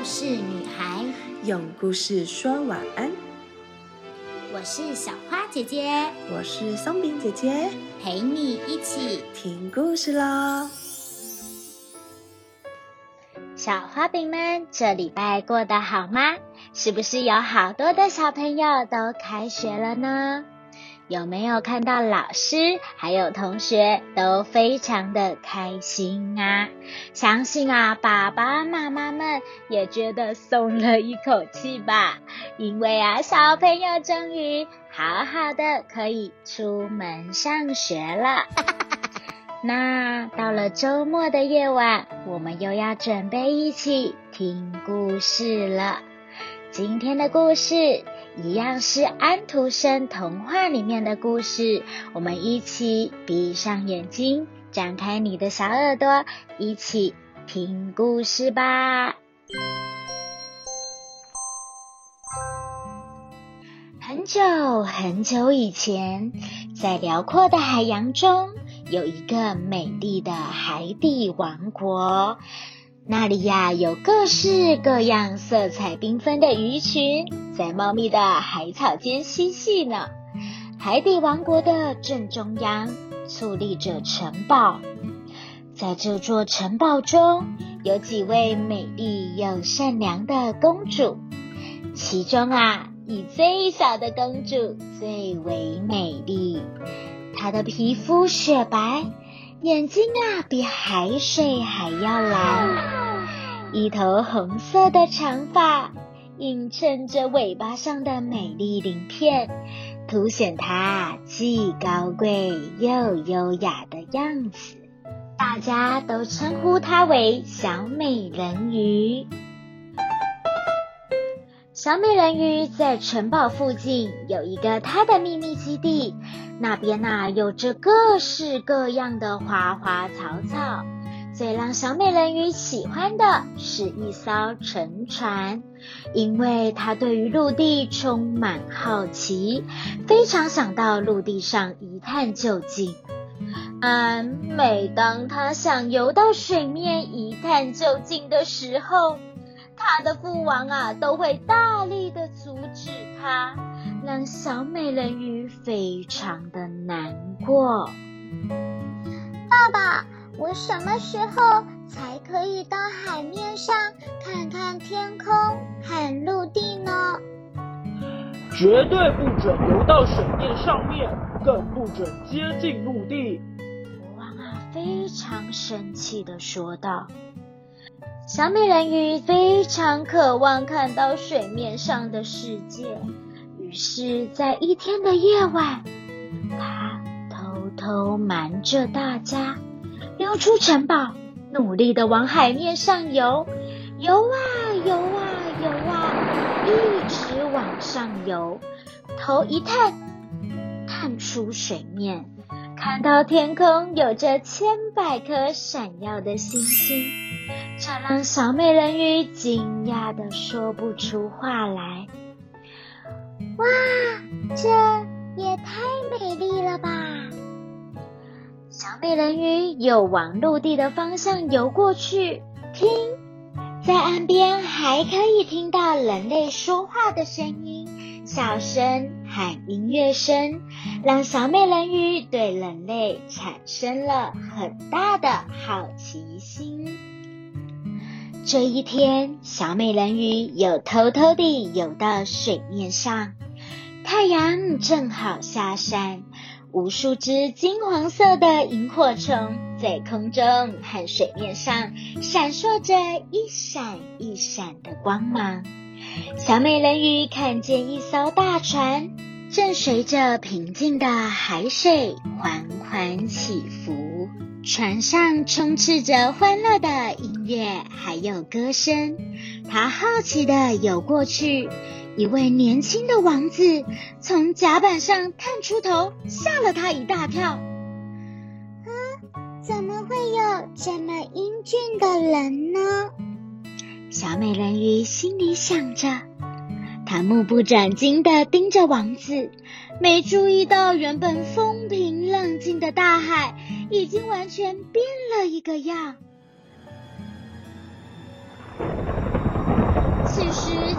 事女孩， 用故事说晚安。 我是小花姐姐， 我是松饼姐姐， 陪你一起听故事咯。 小花饼们，这礼拜过得好吗？是不是有好多的小朋友都开学了呢？有没有看到老师还有同学都非常的开心啊？相信爸爸妈妈们也觉得松了一口气吧，因为小朋友终于好好的可以出门上学了。那到了周末的夜晚，我们又要准备一起听故事了。今天的故事一样是安徒生童话里面的故事，我们一起闭上眼睛，展开你的小耳朵，一起听故事吧。很久很久以前，在辽阔的海洋中，有一个美丽的海底王国。那里有各式各样色彩缤纷的鱼群，在茂密的海草间嬉戏呢。海底王国的正中央矗立着城堡，在这座城堡中有几位美丽又善良的公主，其中以最小的公主最为美丽。她的皮肤雪白，眼睛比海水还要蓝，一头红色的长发映衬着尾巴上的美丽鳞片，凸显她既高贵又优雅的样子。大家都称呼她为小美人鱼。小美人鱼在城堡附近有一个她的秘密基地，那边有着各式各样的花花草草。最让小美人鱼喜欢的是一艘沉船，因为她对于陆地充满好奇，非常想到陆地上一探究竟。每当她想游到水面一探究竟的时候，她的父王都会大力的阻止她，让小美人鱼非常的难过。 爸爸，我什么时候才可以到海面上看看天空和陆地呢？ 绝对不准游到水面上面，更不准接近陆地。 国王非常生气地说道。小美人鱼非常渴望看到水面上的世界，于是在一天的夜晚，她偷偷瞒着大家溜出城堡，努力地往海面上游，游一直往上游，头一探，探出水面，看到天空有着千百颗闪耀的星星，这让小美人鱼惊讶地说不出话来。 哇，这也太美丽了吧！ 小美人鱼又往陆地的方向游过去，听，在岸边还可以听到人类说话的声音，笑声和音乐声，让小美人鱼对人类产生了很大的好奇心。这一天，小美人鱼又偷偷地游到水面上，太阳正好下山，无数只金黄色的萤火虫在空中和水面上闪烁着一闪一闪的光芒。小美人鱼看见一艘大船正随着平静的海水缓缓起伏，船上充斥着欢乐的音乐还有歌声。她好奇地游过去，一位年轻的王子从甲板上探出头，吓了他一大跳。 怎么会有这么英俊的人呢？ 小美人鱼心里想着，她目不转睛地盯着王子，没注意到原本风平浪静的大海已经完全变了一个样。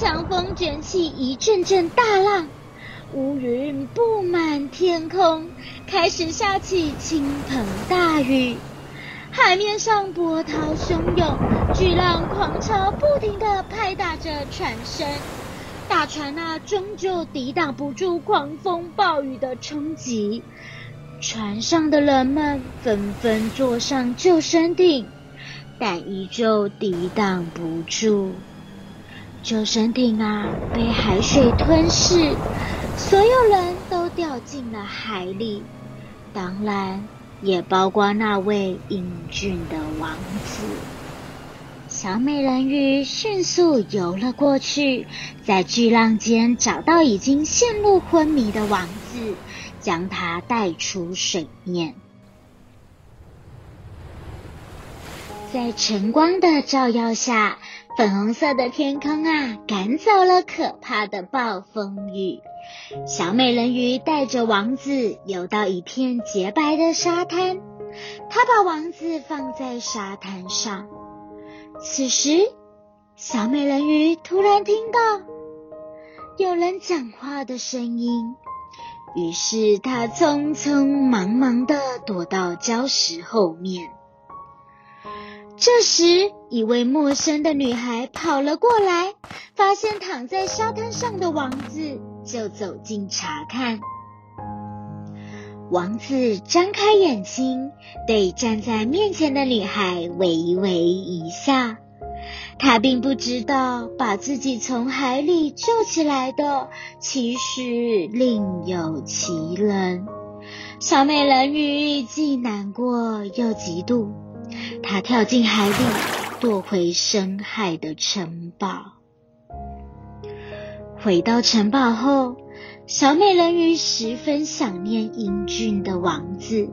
强风卷起一阵阵大浪，乌云布满天空，开始下起倾盆大雨。海面上波涛汹涌，巨浪狂潮不停地拍打着船身，大船终究抵挡不住狂风暴雨的冲击。船上的人们纷纷坐上救生艇，但依旧抵挡不住。救生艇被海水吞噬，所有人都掉进了海里，当然也包括那位英俊的王子。小美人鱼迅速游了过去，在巨浪间找到已经陷入昏迷的王子，将他带出水面。在晨光的照耀下，粉红色的天空赶走了可怕的暴风雨。小美人鱼带着王子游到一片洁白的沙滩，她把王子放在沙滩上。此时，小美人鱼突然听到有人讲话的声音，于是她匆匆忙忙地躲到礁石后面。这时，一位陌生的女孩跑了过来，发现躺在沙滩上的王子，就走近查看。王子张开眼睛，对站在面前的女孩微微一笑。他并不知道，把自己从海里救起来的其实另有其人。小美人鱼既难过又嫉妒，她跳进海里，躲回深海的城堡。回到城堡后，小美人鱼十分想念英俊的王子。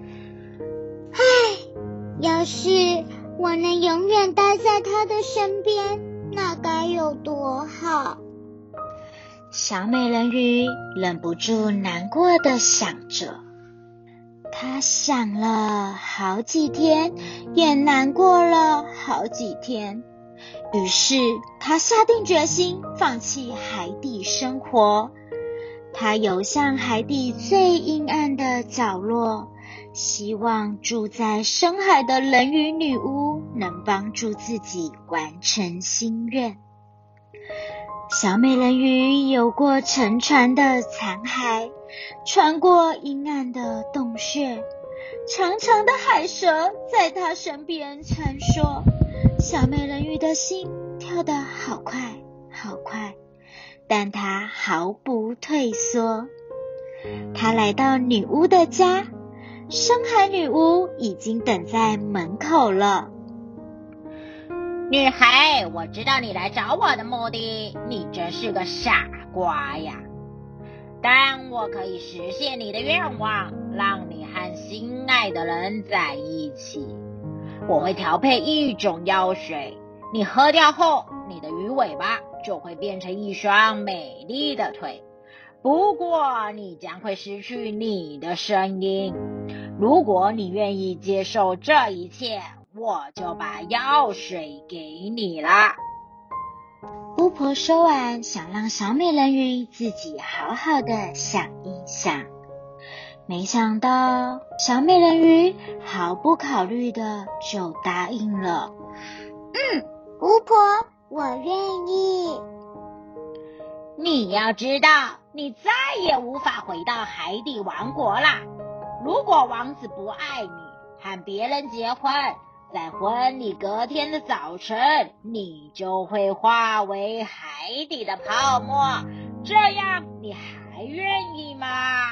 要是我能永远待在他的身边，那该有多好。 小美人鱼忍不住难过地想着，她想了好几天，也难过了好几天。于是她下定决心放弃海底生活。她游向海底最阴暗的角落，希望住在深海的人鱼女巫能帮助自己完成心愿。小美人鱼游过沉船的残骸，穿过阴暗的洞穴，长长的海蛇在她身边穿梭。小美人鱼的心跳得好快好快，但她毫不退缩。她来到女巫的家，深海女巫已经等在门口了。 女孩，我知道你来找我的目的，你真是个傻瓜呀！但我可以实现你的愿望，让你和心爱的人在一起。我会调配一种药水，你喝掉后，你的鱼尾巴就会变成一双美丽的腿。不过，你将会失去你的声音。如果你愿意接受这一切，我就把药水给你啦。 巫婆说完，想让小美人鱼自己好好的想一想。没想到，小美人鱼毫不考虑的就答应了。 巫婆，我愿意。 你要知道，你再也无法回到海底王国啦。如果王子不爱你，和别人结婚，在婚礼隔天的早晨，你就会化为海底的泡沫，这样你还愿意吗？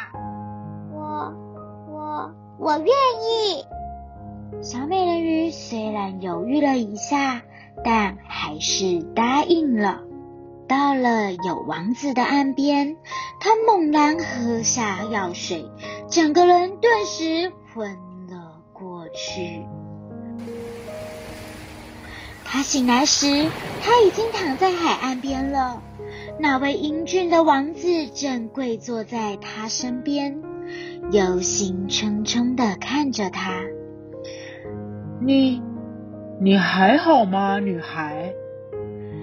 我愿意。 小美人鱼虽然犹豫了一下，但还是答应了。到了有王子的岸边，她猛然喝下药水，整个人顿时昏了过去。她醒来时，她已经躺在海岸边了。那位英俊的王子正跪坐在她身边，忧心忡忡地看着她。 你还好吗，女孩？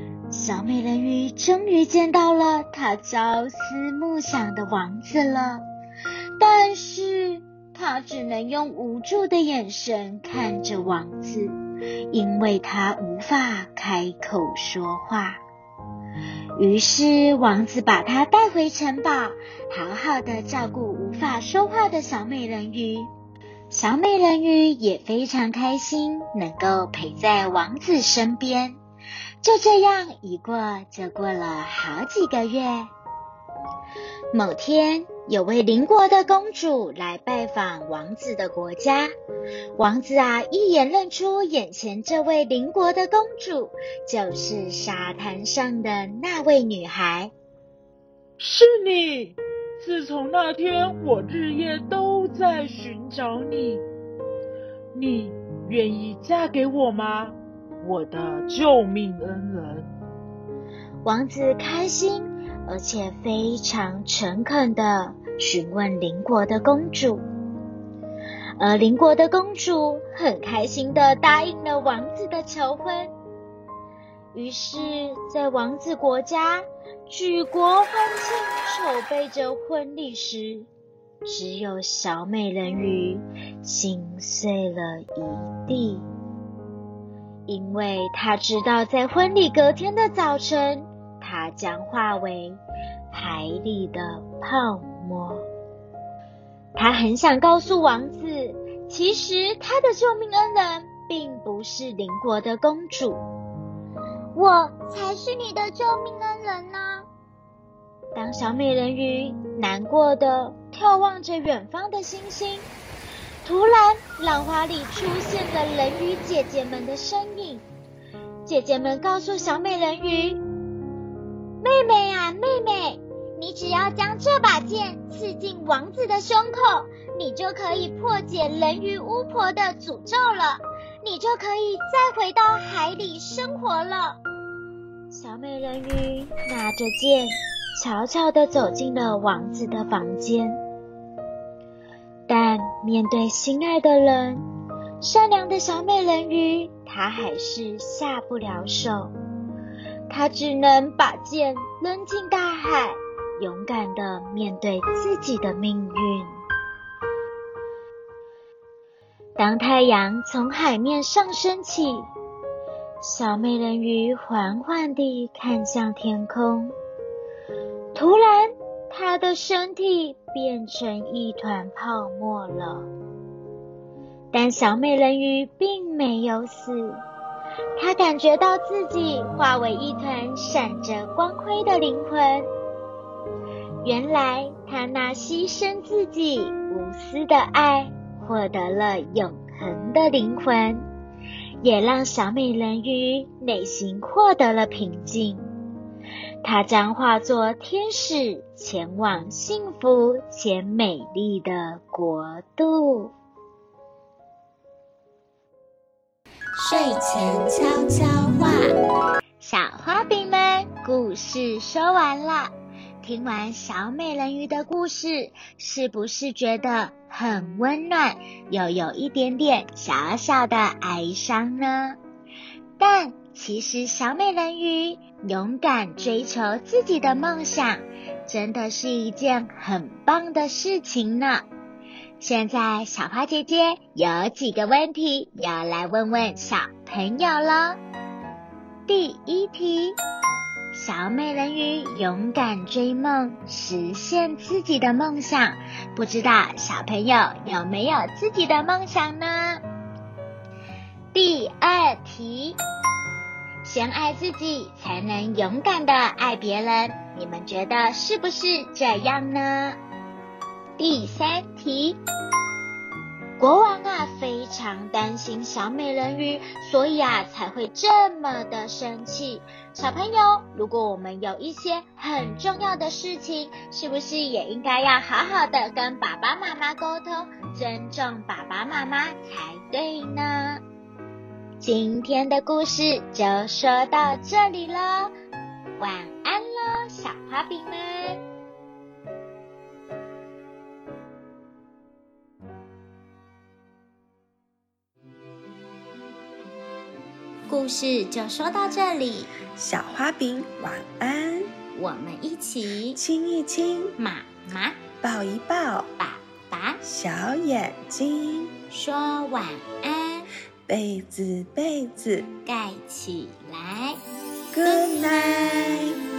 小美人鱼终于见到了她朝思暮想的王子了，但是她只能用无助的眼神看着王子，因为她无法开口说话。于是王子把她带回城堡，好好的照顾无法说话的小美人鱼。小美人鱼也非常开心能够陪在王子身边。就这样一过就过了好几个月。某天，有位邻国的公主来拜访王子的国家。王子一眼认出眼前这位邻国的公主就是沙滩上的那位女孩。 是你！自从那天，我日夜都在寻找你。你愿意嫁给我吗？我的救命恩人。 王子开心而且非常诚恳地询问邻国的公主，而邻国的公主很开心地答应了王子的求婚。于是在王子国家举国欢庆筹备着婚礼时，只有小美人鱼心碎了一地。因为他知道在婚礼隔天的早晨，他将化为海里的泡沫。他很想告诉王子，其实他的救命恩人并不是邻国的公主， 我才是你的救命恩人呢。 当小美人鱼难过的眺望着远方的星星，突然浪花里出现了人鱼姐姐们的身影。姐姐们告诉小美人鱼， 妹妹啊，妹妹，你只要将这把剑刺进王子的胸口，你就可以破解人鱼巫婆的诅咒了，你就可以再回到海里生活了。 小美人鱼拿着剑悄悄地走进了王子的房间。但面对心爱的人，善良的小美人鱼她还是下不了手。她只能把剑扔进大海，勇敢地面对自己的命运。当太阳从海面上升起，小美人鱼缓缓地看向天空。突然，她的身体变成一团泡沫了。但小美人鱼并没有死，她感觉到自己化为一团闪着光辉的灵魂。原来她那牺牲自己无私的爱，获得了永恒的灵魂，也让小美人鱼内心获得了平静。她将化作天使，前往幸福且美丽的国度。 睡前悄悄话， 小花饼们，故事说完了。听完小美人鱼的故事，是不是觉得很温暖，又有一点点小小的哀伤呢？但其实小美人鱼勇敢追求自己的梦想，真的是一件很棒的事情呢。现在小花姐姐有几个问题要来问问小朋友了。第一题，小美人鱼勇敢追梦，实现自己的梦想，不知道小朋友有没有自己的梦想呢？第二题，先爱自己才能勇敢的爱别人，你们觉得是不是这样呢？第三题，国王非常担心小美人鱼，所以才会这么的生气。小朋友，如果我们有一些很重要的事情，是不是也应该要好好的跟爸爸妈妈沟通，尊重爸爸妈妈才对呢？今天的故事就说到这里了，晚安咯，小花饼们。 故事就说到这里， 小花饼晚安， 我们一起亲一亲， 妈妈抱一抱， 爸爸小眼睛， 说晚安， 被子被子盖起来。 ，Good night。